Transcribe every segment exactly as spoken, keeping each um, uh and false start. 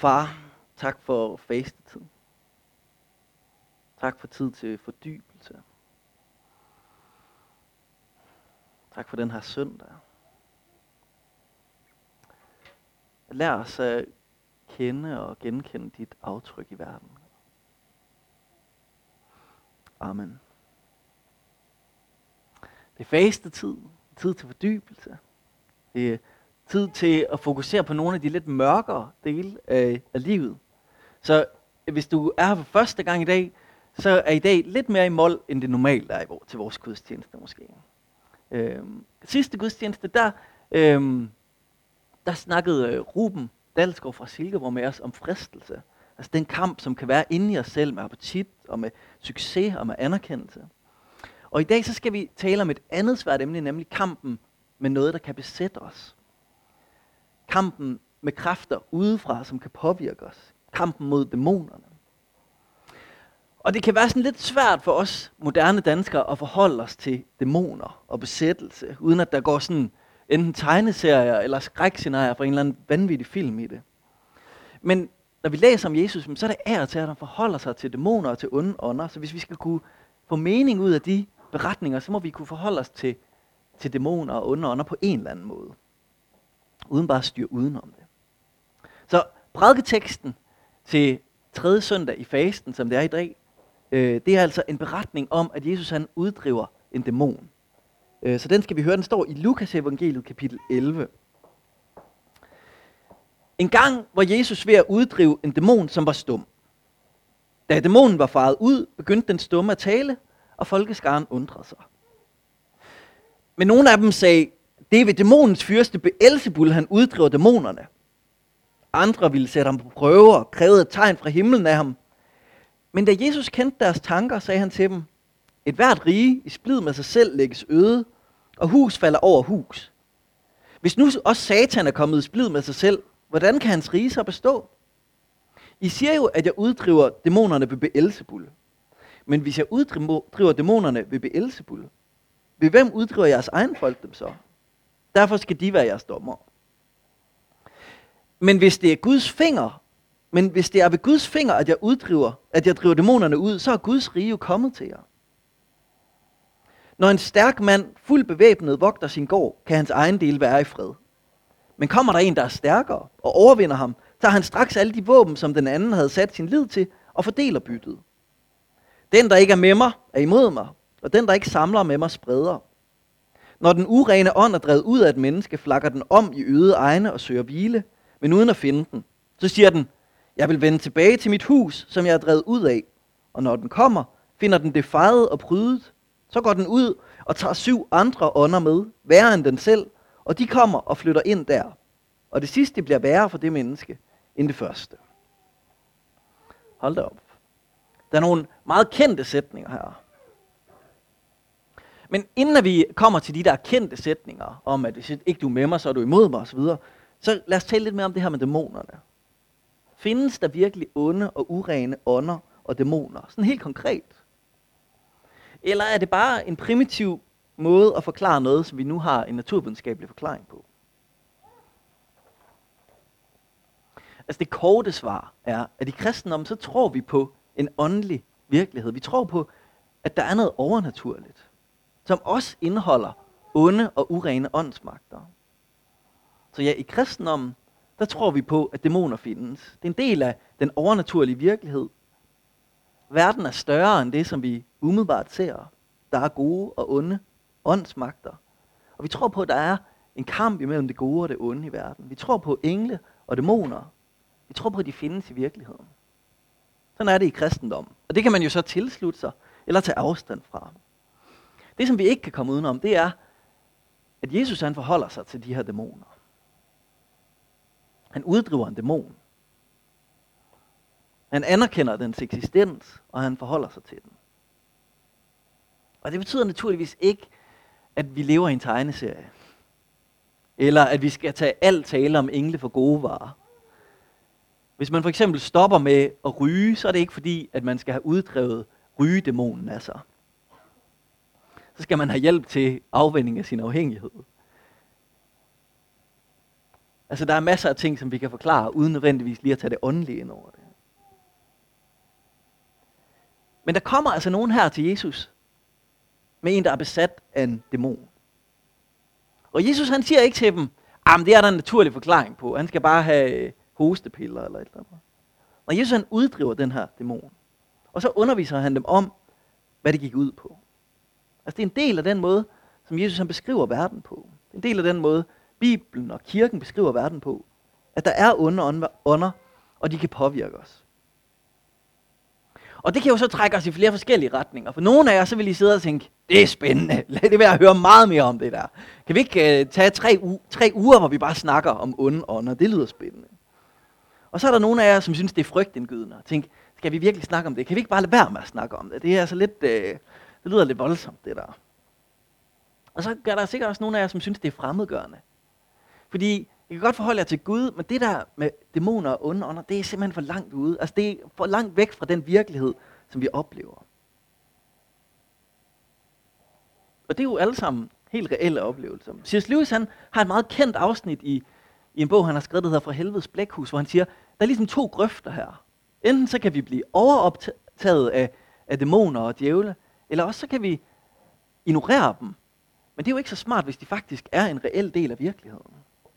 Far, tak for fastetid. Tak for tid til fordybelse. Tak for den her søndag. Lær os at kende og genkende dit aftryk i verden. Amen. Det er fastetid, tid til fordybelse. Det er tid til at fokusere på nogle af de lidt mørkere dele af, af livet. Så hvis du er her for første gang i dag, så er i dag lidt mere i mål, end det normalt er i, til vores gudstjeneste måske. Øhm, sidste gudstjeneste, der, øhm, der snakkede Ruben Dalsgaard fra Silkeborg med os om fristelse. Altså den kamp, som kan være inde i os selv med appetit og med succes og med anerkendelse. Og i dag så skal vi tale om et andet svært emne, nemlig kampen med noget, der kan besætte os. Kampen med kræfter udefra, som kan påvirke os. Kampen mod dæmonerne. Og det kan være sådan lidt svært for os moderne danskere at forholde os til dæmoner og besættelse, uden at der går sådan enten tegneserier eller skrækscenarier fra en eller anden vanvittig film i det. Men når vi læser om Jesus, så er det af og til, at han forholder sig til dæmoner og til onde ånder. Så hvis vi skal kunne få mening ud af de beretninger, så må vi kunne forholde os til, til dæmoner og onde ånder på en eller anden måde. Uden bare at styre udenom det. Så prædiketeksten til tredje søndag i fasten, som det er i dag, øh, det er altså en beretning om, at Jesus han uddriver en dæmon. Øh, så den skal vi høre, den står i Lukas evangeliet kapitel elleve. En gang var Jesus ved at uddrive en dæmon, som var stum. Da dæmonen var faret ud, begyndte den stumme at tale, og folkeskaren undrede sig. Men nogle af dem sagde, det er ved dæmonens fyrste Beelzebul, han uddriver dæmonerne. Andre ville sætte ham på prøve og krævede et tegn fra himlen af ham. Men da Jesus kendte deres tanker, sagde han til dem, et hvert rige i splid med sig selv lægges øde, og hus falder over hus. Hvis nu også Satan er kommet i splid med sig selv, hvordan kan hans rige så bestå? I siger jo, at jeg uddriver dæmonerne ved Beelzebul. Men hvis jeg uddriver dæmonerne ved Beelzebul, ved hvem uddriver jeres egen folk dem så? Derfor skal de være jeres dommer. Men hvis det er Guds finger, men hvis det er ved Guds finger, at jeg uddriver, at jeg driver dæmonerne ud, så er Guds rige jo kommet til jer. Når en stærk mand, fuldt bevæbnet, vogter sin gård, kan hans egen del være i fred. Men kommer der en, der er stærkere og overvinder ham, tager han straks alle de våben, som den anden havde sat sin lid til, og fordeler byttet. Den, der ikke er med mig, er imod mig, og den, der ikke samler med mig, spreder. Når den urene ånd er drevet ud af et menneske, flakker den om i øde egne og søger hvile, men uden at finde den. Så siger den, jeg vil vende tilbage til mit hus, som jeg er drevet ud af. Og når den kommer, finder den det fejet og prydet. Så går den ud og tager syv andre ånder med, værre end den selv, og de kommer og flytter ind der. Og det sidste bliver værre for det menneske, end det første. Hold da op. Der er nogle meget kendte sætninger her. Men inden vi kommer til de der kendte sætninger, om at hvis ikke du er med mig, så er du imod mig osv., så lad os tale lidt mere om det her med dæmonerne. Findes der virkelig onde og urene ånder og dæmoner? Sådan helt konkret. Eller er det bare en primitiv måde at forklare noget, som vi nu har en naturvidenskabelig forklaring på? Altså det korte svar er, at i kristendommen så tror vi på en åndelig virkelighed. Vi tror på, at der er noget overnaturligt, som også indeholder onde og urene åndsmagter. Så ja, i kristendommen, der tror vi på, at dæmoner findes. Det er en del af den overnaturlige virkelighed. Verden er større end det, som vi umiddelbart ser. Der er gode og onde åndsmagter. Og vi tror på, at der er en kamp imellem det gode og det onde i verden. Vi tror på engle og dæmoner. Vi tror på, at de findes i virkeligheden. Sådan er det i kristendommen. Og det kan man jo så tilslutte sig, eller tage afstand fra. Det, som vi ikke kan komme udenom, det er, at Jesus han forholder sig til de her dæmoner. Han uddriver en dæmon. Han anerkender dens eksistens, og han forholder sig til den. Og det betyder naturligvis ikke, at vi lever i en tegneserie. Eller at vi skal tage alt tale om engle for gode varer. Hvis man for eksempel stopper med at ryge, så er det ikke fordi, at man skal have uddrevet rygedæmonen af sig. Så skal man have hjælp til afvænning af sin afhængighed. Altså, der er masser af ting, som vi kan forklare, uden nødvendigvis lige at tage det åndelige ind over det. Men der kommer altså nogen her til Jesus, med en, der er besat af en dæmon. Og Jesus, han siger ikke til dem, jamen det er der en naturlig forklaring på, han skal bare have hostepiller eller et eller andet. Og Jesus, han uddriver den her dæmon. Og så underviser han dem om, hvad det gik ud på. Altså det er en del af den måde, som Jesus han beskriver verden på. Det er en del af den måde, Bibelen og kirken beskriver verden på. At der er onde ånder, og de kan påvirke os. Og det kan jo så trække os i flere forskellige retninger. For nogle af jer, så vil I sidde og tænke, det er spændende. Lad det være at høre meget mere om det der. Kan vi ikke uh, tage tre, u- tre uger, hvor vi bare snakker om onde ånder? Det lyder spændende. Og så er der nogle af jer, som synes, det er frygtindgydende. Og tænker, skal vi virkelig snakke om det? Kan vi ikke bare lade være med at snakke om det? Det er altså lidt, uh, det lyder lidt voldsomt, det der. Og så er der sikkert også nogle af jer, som synes, det er fremmedgørende. Fordi I kan godt forholde jer til Gud, men det der med dæmoner og onde ånder, det er simpelthen for langt ude. Altså det er for langt væk fra den virkelighed, som vi oplever. Og det er jo alle sammen helt reelle oplevelser. C S Lewis han har et meget kendt afsnit i, i en bog, han har skrevet, der hedder Fra Helvedes Blækhus, hvor han siger, der er ligesom to grøfter her. Enten så kan vi blive overoptaget af, af dæmoner og djævle, eller også så kan vi ignorere dem. Men det er jo ikke så smart, hvis de faktisk er en reel del af virkeligheden.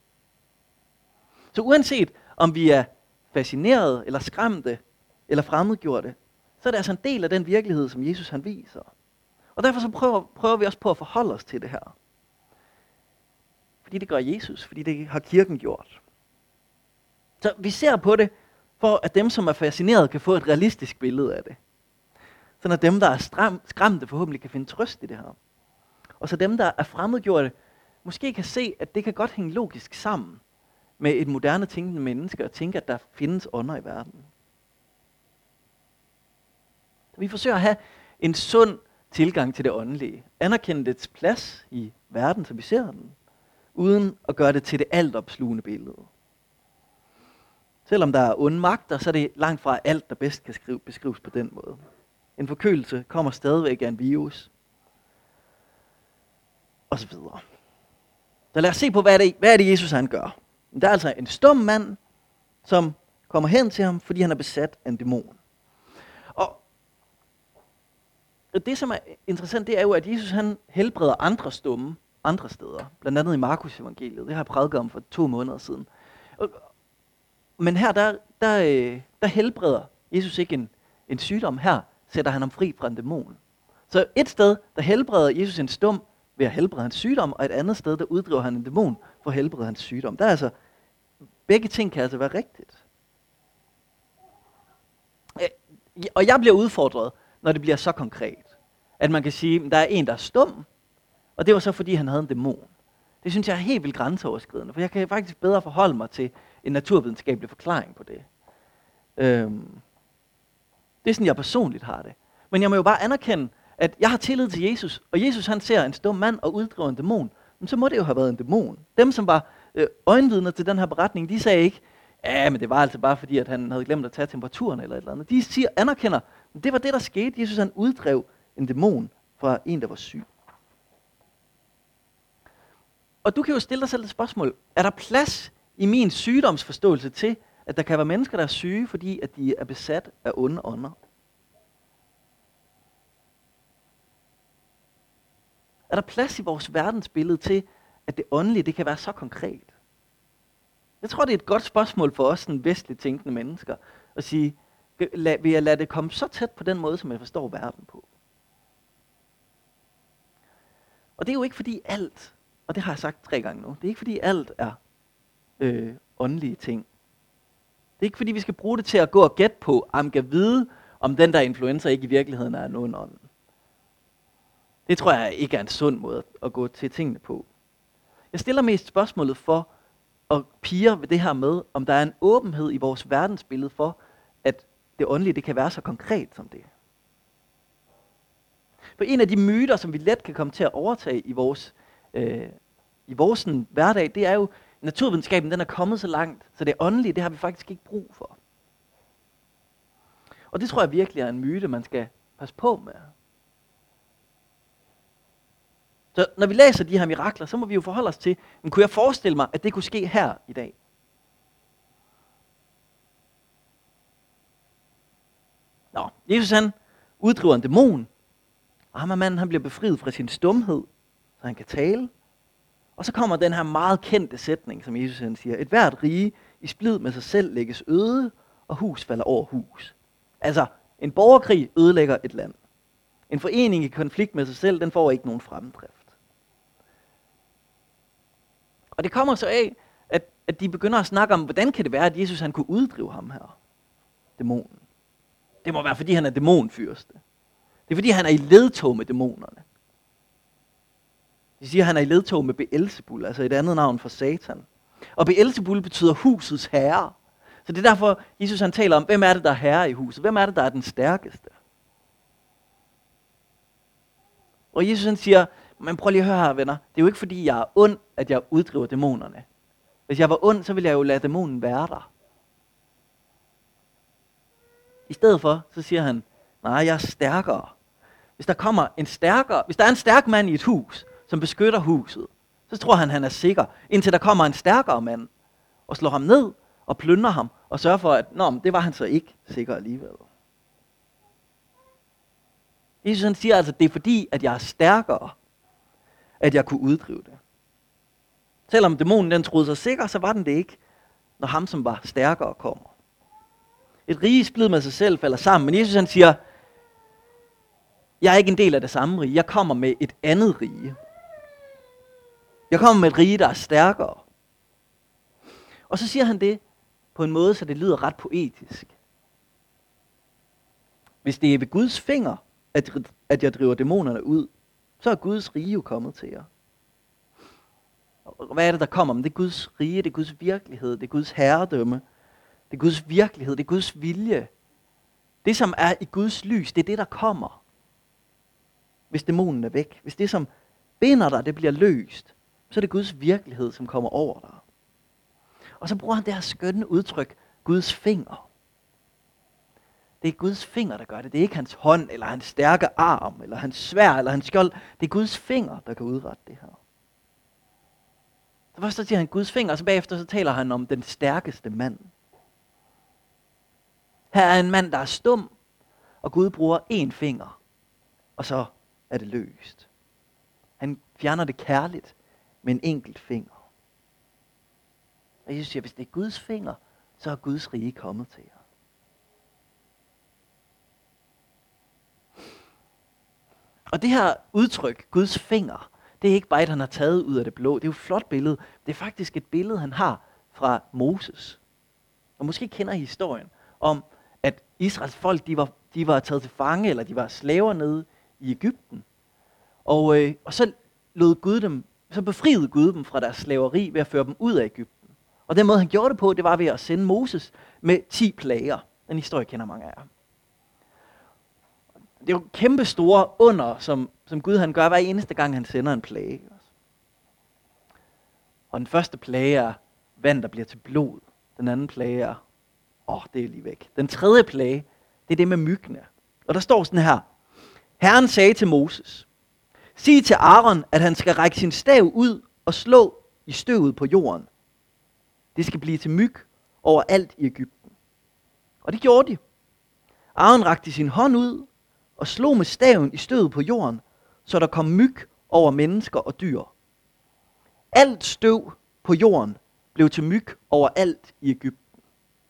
Så uanset om vi er fascineret, eller skræmte, eller fremmedgjorte, så er det altså en del af den virkelighed, som Jesus han viser. Og derfor så prøver, prøver vi også på at forholde os til det her. Fordi det gør Jesus, fordi det har kirken gjort. Så vi ser på det, for at dem, som er fascineret, kan få et realistisk billede af det. Så at dem, der er stram, skræmte, forhåbentlig kan finde trøst i det her. Og så dem, der er fremmedgjorte, måske kan se, at det kan godt hænge logisk sammen med et moderne tænkende menneske, og tænke, at der findes ånder i verden. Så vi forsøger at have en sund tilgang til det åndelige. Anerkende dets plads i verden, som vi ser den, uden at gøre det til det altopslugende billede. Selvom der er onde magter, så er det langt fra alt, der bedst kan skrive, beskrives på den måde. En forkølelse kommer stadigvæk af en virus. Og så videre. Så lad os se på, hvad er det, hvad er det Jesus han gør. Der er altså en stum mand, som kommer hen til ham, fordi han er besat af en dæmon. Og det, som er interessant, det er jo, at Jesus han helbreder andre stumme andre steder. Blandt andet i Markus evangeliet. Det har jeg prædiket om for to måneder siden. Men her, der, der, der helbreder Jesus ikke en, en sygdom. Her sætter han ham fri fra en dæmon. Så et sted, der helbreder Jesus en stum ved at helbrede hans sygdom, og et andet sted, der uddriver han en dæmon for at helbrede hans sygdom. Der er altså, begge ting kan altså være rigtigt. Og jeg bliver udfordret, når det bliver så konkret, at man kan sige, at der er en, der er stum, og det var så, fordi han havde en dæmon. Det synes jeg er helt vildt grænseoverskridende, for jeg kan faktisk bedre forholde mig til en naturvidenskabelig forklaring på det. Øhm, det er sådan, jeg personligt har det. Men jeg må jo bare anerkende, at jeg har tillid til Jesus, og Jesus han ser en stum mand og uddriver en dæmon, men så må det jo have været en dæmon. Dem, som var øh, øjenvidner til den her beretning, de sagde ikke, ja, men det var altså bare fordi, at han havde glemt at tage temperaturen eller et eller andet. De siger, anerkender, at det var det, der skete. Jesus han uddrev en dæmon fra en, der var syg. Og du kan jo stille dig selv et spørgsmål. Er der plads i min sygdomsforståelse til, at der kan være mennesker, der er syge, fordi at de er besat af onde ånder? Er der plads i vores verdensbillede til, at det åndelige, det kan være så konkret? Jeg tror, det er et godt spørgsmål for os, sådan vestligt tænkende mennesker, at sige, vil jeg lade det komme så tæt på den måde, som jeg forstår verden på? Og det er jo ikke fordi alt, og det har jeg sagt tre gange nu, det er ikke fordi alt er øh, åndelige ting. Det er ikke fordi vi skal bruge det til at gå og gætte på, om man kan vide, om den der influencer ikke i virkeligheden er nogen ånd. Det tror jeg ikke er en sund måde at gå til tingene på. Jeg stiller mest spørgsmålet for at pige ved det her med, om der er en åbenhed i vores verdensbillede for, at det åndelige det kan være så konkret som det. For en af de myter, som vi let kan komme til at overtage i vores, øh, i vores sådan, hverdag, det er jo, at naturvidenskaben den er kommet så langt, så det åndelige, det har vi faktisk ikke brug for. Og det tror jeg virkelig er en myte, man skal passe på med. Så når vi læser de her mirakler, så må vi jo forholde os til, men kunne jeg forestille mig, at det kunne ske her i dag? Nå, Jesus han uddriver en dæmon, og ham er manden, han bliver befriet fra sin stumhed, så han kan tale. Og så kommer den her meget kendte sætning, som Jesus han siger: et hvert rige i splid med sig selv lægges øde, og hus falder over hus. Altså, en borgerkrig ødelægger et land. En forening i konflikt med sig selv, den får ikke nogen fremdrift. Og det kommer så af, at, at de begynder at snakke om, hvordan kan det være, at Jesus han kunne uddrive ham her, dæmonen. Det må være, fordi han er dæmonfyrste. Det er, fordi han er i ledtog med dæmonerne. De siger, at han er i ledtog med Beelzebul, altså et andet navn for Satan. Og Beelzebul betyder husets herre. Så det er derfor, Jesus han taler om, hvem er det, der er herre i huset? Hvem er det, der er den stærkeste? Og Jesus han siger, men prøv lige at høre her, venner. Det er jo ikke fordi, jeg er ond, at jeg uddriver dæmonerne. Hvis jeg var ond, så ville jeg jo lade dæmonen være der. I stedet for, så siger han, nej, jeg er stærkere. Hvis der kommer en stærkere, hvis der er en stærk mand i et hus, som beskytter huset, så tror han, han er sikker, indtil der kommer en stærkere mand, og slår ham ned, og plyndrer ham, og sørger for, at nå, det var han så ikke sikker alligevel. Jesus han siger altså, det er fordi, at jeg er stærkere, at jeg kunne uddrive det. Selvom dæmonen den troede sig sikker, så var den det ikke, når ham, som var stærkere, kommer. Et rige splid med sig selv falder sammen, men Jesus han siger, jeg er ikke en del af det samme rige, jeg kommer med et andet rige. Jeg kommer med et rige, der er stærkere. Og så siger han det på en måde, så det lyder ret poetisk. Hvis det er ved Guds finger, at, at jeg driver dæmonerne ud, så er Guds rige jo kommet til jer. Og hvad er det, der kommer? Men det er Guds rige, det er Guds virkelighed, det er Guds herredømme, det er Guds virkelighed, det er Guds vilje. Det, som er i Guds lys, det er det, der kommer. Hvis dæmonen er væk. Hvis det, som binder dig, det bliver løst, så er det Guds virkelighed, som kommer over dig. Og så bruger han det her skønne udtryk, Guds finger. Det er Guds finger, der gør det. Det er ikke hans hånd, eller hans stærke arm, eller hans sværd, eller hans skjold. Det er Guds finger, der kan udrette det her. Så først så siger han Guds finger, og så bagefter så taler han om den stærkeste mand. Her er en mand, der er stum, og Gud bruger én finger, og så er det løst. Han fjerner det kærligt med en enkelt finger. Og Jesus siger, hvis det er Guds finger, så er Guds rige kommet til jer. Og det her udtryk, Guds finger, det er ikke bare et, han har taget ud af det blå. Det er jo et flot billede. Det er faktisk et billede, han har fra Moses. Og måske kender I historien om, at Israels folk, de var, de var taget til fange, eller de var slaver nede i Egypten. Og, øh, og så lod Gud dem, så befriede Gud dem fra deres slaveri ved at føre dem ud af Egypten. Og den måde, han gjorde det på, det var ved at sende Moses med ti plager. Den historie kender mange af jer. Det er jo kæmpe store under, som, som Gud han gør hver eneste gang, han sender en plage. Og den første plage er vand, der bliver til blod. Den anden plage er, åh, oh, det er lige væk. Den tredje plage, det er det med myggene. Og der står sådan her. Herren sagde til Moses, sig til Aaron, at han skal række sin stav ud og slå i støvet på jorden. Det skal blive til myg overalt i Egypten. Og det gjorde de. Aaron rakte sin hånd ud og slog med staven i støvet på jorden, så der kom myg over mennesker og dyr. Alt støv på jorden blev til myg overalt i Egypten.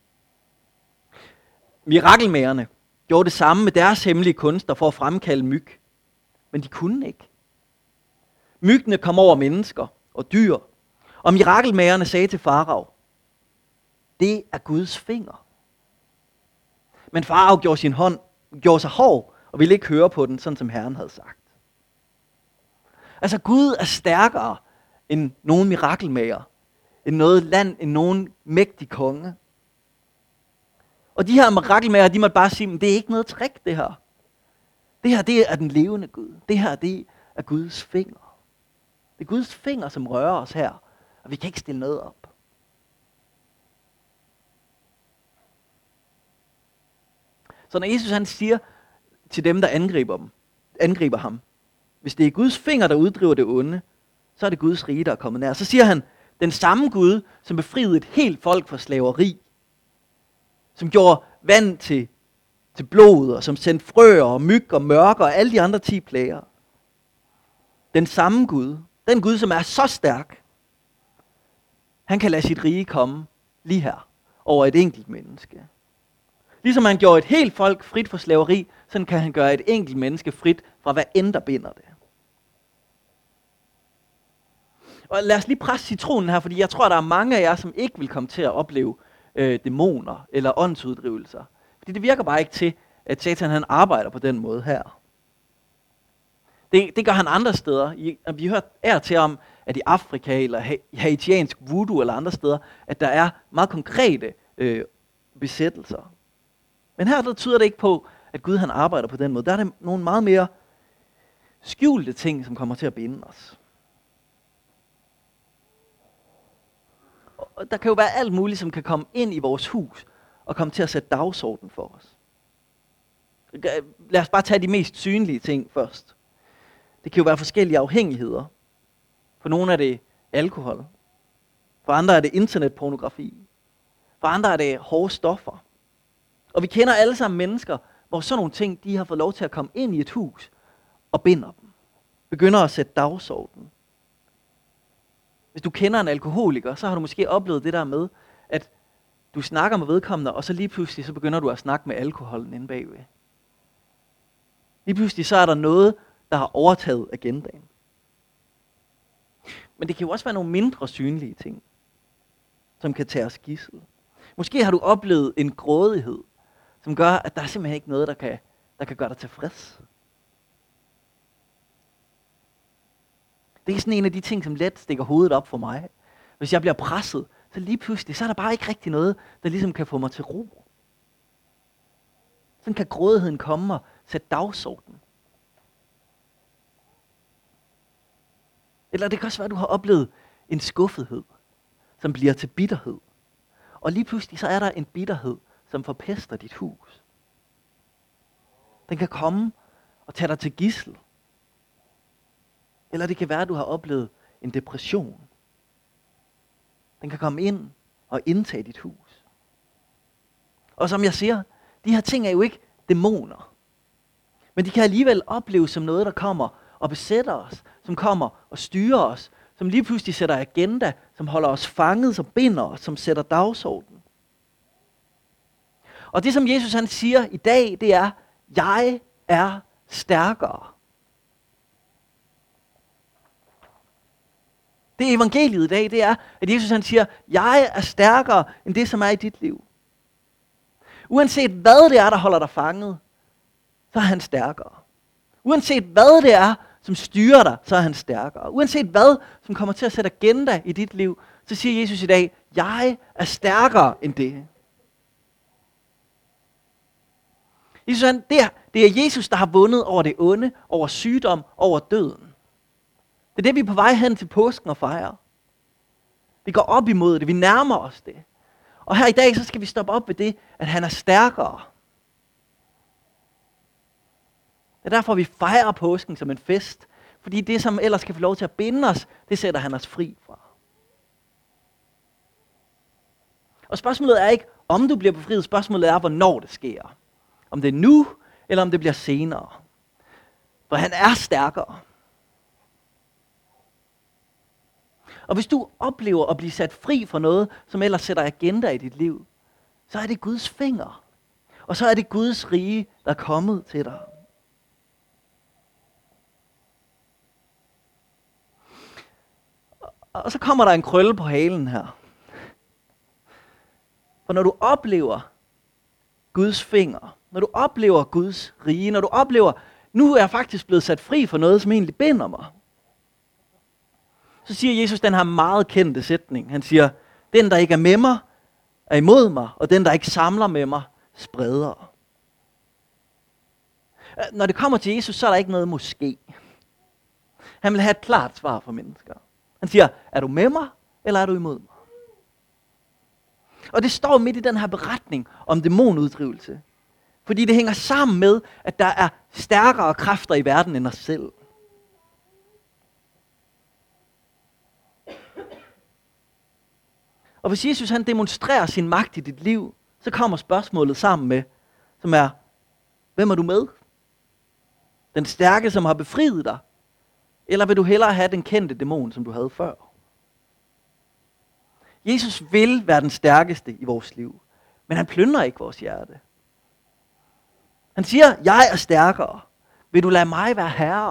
Mirakelmagerne gjorde det samme med deres hemmelige kunster for at fremkalde myg, men de kunne ikke. Myggene kom over mennesker og dyr, og mirakelmagerne sagde til Farao, det er Guds finger. Men Farao gjorde sin hånd, gjorde sig hård, og ville ikke høre på den, sådan som Herren havde sagt. Altså Gud er stærkere end nogen mirakelmager, end noget land, end nogen mægtig konge. Og de her mirakelmager, de måtte bare sige, men det er ikke noget trick det her. Det her, det er den levende Gud. Det her, det er Guds finger. Det er Guds finger, som rører os her, og vi kan ikke stille noget op. Så når Jesus han siger til dem, der angriber dem, angriber ham, hvis det er Guds finger, der uddriver det onde, så er det Guds rige, der er kommet nær. Så siger han, den samme Gud, som befriede et helt folk fra slaveri, som gjorde vand til, til blod, og som sendte frøer og myg og mørker og alle de andre ti plager. Den samme Gud, den Gud, som er så stærk, han kan lade sit rige komme lige her, over et enkelt menneske. Ligesom han gjorde et helt folk frit fra slaveri, sådan kan han gøre et enkelt menneske frit fra hvad end der binder det. Og lad os lige presse citronen her, fordi jeg tror, der er mange af jer, som ikke vil komme til at opleve øh, dæmoner eller åndsuddrivelser. Fordi det virker bare ikke til, at Satan han arbejder på den måde her. Det, det gør han andre steder. I, vi har hørt er til om, at i Afrika eller haitiansk voodoo eller andre steder, at der er meget konkrete øh, besættelser. Men her der tyder det ikke på, at Gud han arbejder på den måde. Der er det nogle meget mere skjulte ting, som kommer til at binde os. Og der kan jo være alt muligt, som kan komme ind i vores hus og komme til at sætte dagsorden for os. Lad os bare tage de mest synlige ting først. Det kan jo være forskellige afhængigheder. For nogle er det alkohol. For andre er det internetpornografi. For andre er det hårde stoffer. Og vi kender alle sammen mennesker, hvor sådan nogle ting, de har fået lov til at komme ind i et hus og binder dem. Begynder at sætte dagsorden. Hvis du kender en alkoholiker, så har du måske oplevet det der med, at du snakker med vedkommende, og så lige pludselig så begynder du at snakke med alkoholen inde bagved. Lige pludselig så er der noget, der har overtaget agendaen. Men det kan jo også være nogle mindre synlige ting, som kan tage os gidsel. Måske har du oplevet en grådighed, som gør, at der er simpelthen ikke noget, der kan, der kan gøre dig tilfreds. Det er sådan en af de ting, som let stikker hovedet op for mig. Hvis jeg bliver presset, så lige pludselig, så er der bare ikke rigtig noget, der ligesom kan få mig til ro. Sådan kan grådigheden komme og sætte dagsorden. Eller det kan også være, at du har oplevet en skuffethed, som bliver til bitterhed. Og lige pludselig, så er der en bitterhed, som forpester dit hus. Den kan komme og tage dig til gidsel. Eller det kan være, at du har oplevet en depression. Den kan komme ind og indtage dit hus. Og som jeg siger, de her ting er jo ikke dæmoner. Men de kan alligevel opleves som noget, der kommer og besætter os. Som kommer og styrer os. Som lige pludselig sætter agenda. Som holder os fanget, som binder os. Som sætter dagsorden. Og det som Jesus han siger i dag, det er, jeg er stærkere. Det evangeliet i dag, det er, at Jesus han siger, jeg er stærkere end det, som er i dit liv. Uanset hvad det er, der holder dig fanget, så er han stærkere. Uanset hvad det er, som styrer dig, så er han stærkere. Uanset hvad, som kommer til at sætte agenda i dit liv, så siger Jesus i dag, jeg er stærkere end det. Jesus han, det er, det er Jesus, der har vundet over det onde, over sygdom, over døden. Det er det, vi er på vej hen til påsken og fejrer. Vi går op imod det, vi nærmer os det. Og her i dag, så skal vi stoppe op ved det, at han er stærkere. Det er derfor, vi fejrer påsken som en fest. Fordi det, som ellers kan få lov til at binde os, det sætter han os fri fra. Og spørgsmålet er ikke, om du bliver befriet. Spørgsmålet er, hvornår det sker. Om det er nu, eller om det bliver senere. For han er stærkere. Og hvis du oplever at blive sat fri fra noget, som ellers sætter agenda i dit liv, så er det Guds finger. Og så er det Guds rige, der er kommet til dig. Og så kommer der en krølle på halen her. For når du oplever Guds finger, når du oplever Guds rige, når du oplever, nu er jeg faktisk blevet sat fri for noget, som egentlig binder mig, så siger Jesus den her meget kendte sætning. Han siger, den der ikke er med mig, er imod mig, og den der ikke samler med mig, spreder. Når det kommer til Jesus, så er der ikke noget måske. Han vil have et klart svar for mennesker. Han siger, er du med mig, eller er du imod mig? Og det står midt i den her beretning om dæmonuddrivelse. Fordi det hænger sammen med, at der er stærkere kræfter i verden end os selv. Og hvis Jesus han demonstrerer sin magt i dit liv, så kommer spørgsmålet sammen med, som er, hvem er du med? Den stærke, som har befriet dig? Eller vil du hellere have den kendte dæmon, som du havde før? Jesus vil være den stærkeste i vores liv, men han plyndrer ikke vores hjerte. Han siger, jeg er stærkere. Vil du lade mig være herre?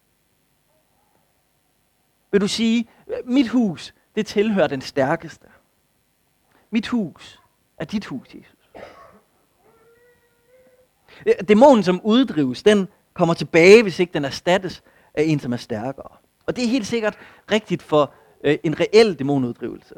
Vil du sige, mit hus, det tilhører den stærkeste. Mit hus er dit hus, Jesus. Dæmonen, som uddrives, den kommer tilbage, hvis ikke den erstattes af en, som er stærkere. Og det er helt sikkert rigtigt for øh, en reel dæmonuddrivelse.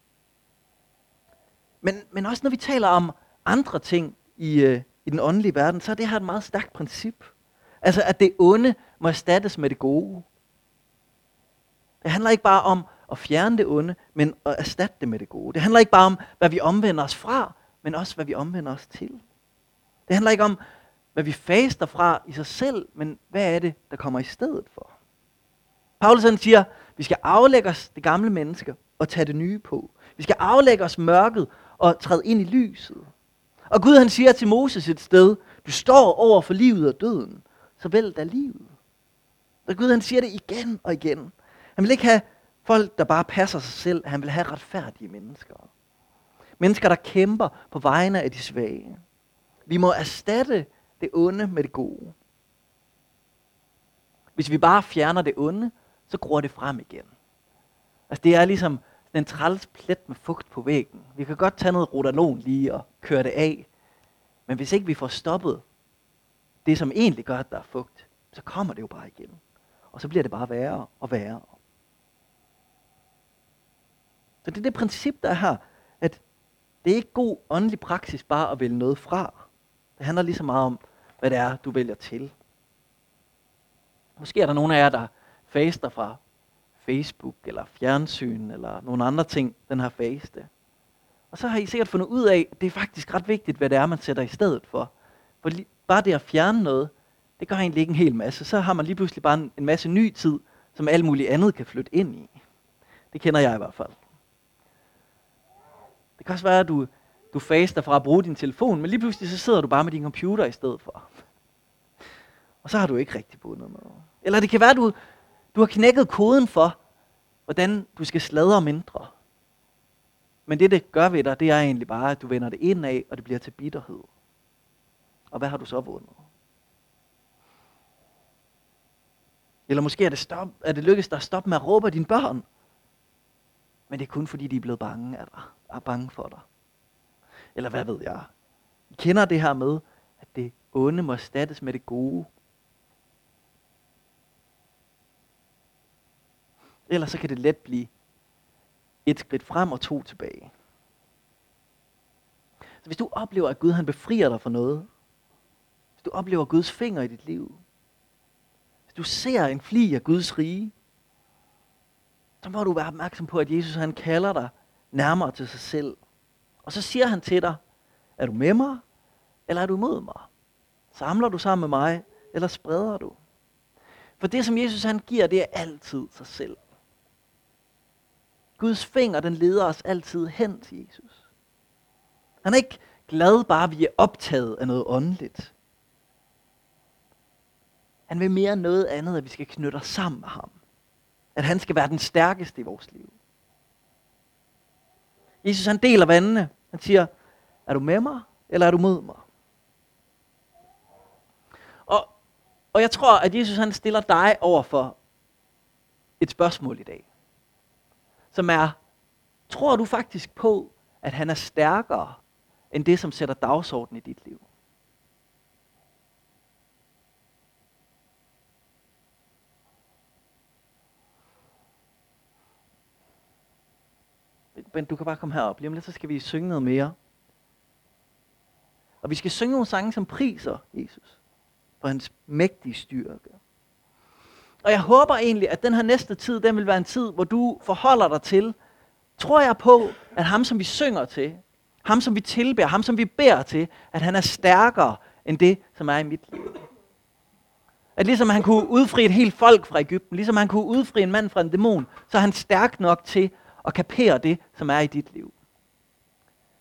Men, men også når vi taler om andre ting i, øh, i den åndelige verden, så er det her et meget stærkt princip. Altså, at det onde må erstattes med det gode. Det handler ikke bare om at fjerne det onde, men at erstatte det med det gode. Det handler ikke bare om, hvad vi omvender os fra, men også, hvad vi omvender os til. Det handler ikke om, hvad vi faster fra i sig selv, men hvad er det, der kommer i stedet for? Paulus han siger, vi skal aflægge os det gamle menneske og tage det nye på. Vi skal aflægge os mørket og træde ind i lyset. Og Gud han siger til Moses et sted, du står over for livet og døden, så vælg da livet. Og Gud han siger det igen og igen. Han vil ikke have folk, der bare passer sig selv. Han vil have retfærdige mennesker. Mennesker, der kæmper på vegne af de svage. Vi må erstatte det onde med det gode. Hvis vi bare fjerner det onde, så gror det frem igen. Altså det er ligesom en træls plet med fugt på væggen. Vi kan godt tage noget Rotalon lige og køre det af. Men hvis ikke vi får stoppet det, som egentlig gør, at der er fugt, så kommer det jo bare igen. Og så bliver det bare værre og værre. Så det er det princip, der er her, at det er ikke god åndelig praksis bare at vælge noget fra. Det handler lige så meget om, hvad det er, du vælger til. Måske er der nogle af jer, der faster fra Facebook eller fjernsyn eller nogle andre ting, den her faste. Og så har I sikkert fundet ud af, at det er faktisk ret vigtigt, hvad det er, man sætter i stedet for. For lige, bare det at fjerne noget, det gør egentlig ikke en hel masse. Så har man lige pludselig bare en, en masse ny tid, som alt muligt andet kan flytte ind i. Det kender jeg i hvert fald. Det kan også være, at du, du faster fra at bruge din telefon, men lige pludselig så sidder du bare med din computer i stedet for. Og så har du ikke rigtig bundet noget. Eller det kan være, at du, du har knækket koden for, hvordan du skal sladre mindre. Men det, det gør ved dig, det er egentlig bare, at du vender det indad, og det bliver til bitterhed. Og hvad har du så vundet? Eller måske er det, stop, er det lykkes dig at stoppe med at råbe af dine børn. Men det er kun fordi, de er blevet bange af dig. Er bange for dig. Eller hvad ved jeg? I kender det her med, at det onde må erstattes med det gode. Ellers så kan det let blive et skridt frem og to tilbage. Så hvis du oplever, at Gud han befrier dig for noget, hvis du oplever Guds finger i dit liv, hvis du ser en flig af Guds rige, så må du være opmærksom på, at Jesus han kalder dig nærmere til sig selv. Og så siger han til dig, er du med mig, eller er du imod mig? Samler du sammen med mig, eller spreder du? For det, som Jesus han giver, det er altid sig selv. Guds finger, den leder os altid hen til Jesus. Han er ikke glad, bare vi er optaget af noget åndeligt. Han vil mere end noget andet, at vi skal knytte os sammen med ham. At han skal være den stærkeste i vores liv. Jesus han deler vandene. Han siger, er du med mig, eller er du mod mig? Og, og jeg tror, at Jesus han stiller dig over for et spørgsmål i dag. Som er, tror du faktisk på, at han er stærkere end det, som sætter dagsordenen i dit liv? Ben, du kan bare komme herop. Lige om lidt, så skal vi synge noget mere. Og vi skal synge nogle sange, som priser Jesus for hans mægtige styrke. Og jeg håber egentlig, at den her næste tid, den vil være en tid, hvor du forholder dig til, tror jeg på, at ham, som vi synger til, ham, som vi tilbeder, ham, som vi beder til, at han er stærkere end det, som er i mit liv. At ligesom han kunne udfri et helt folk fra Egypten, ligesom han kunne udfri en mand fra en dæmon, så er han stærk nok til at kapere det, som er i dit liv.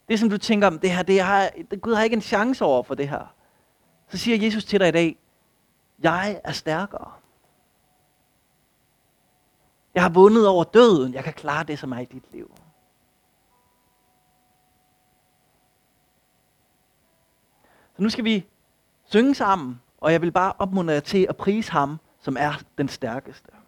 det som du tænker om, det her, det har, det, Gud har ikke en chance over for det her. Så siger Jesus til dig i dag, jeg er stærkere. Jeg har vundet over døden, jeg kan klare det, som er i dit liv. Så nu skal vi synge sammen, og jeg vil bare opmuntre jer til at prise ham, som er den stærkeste.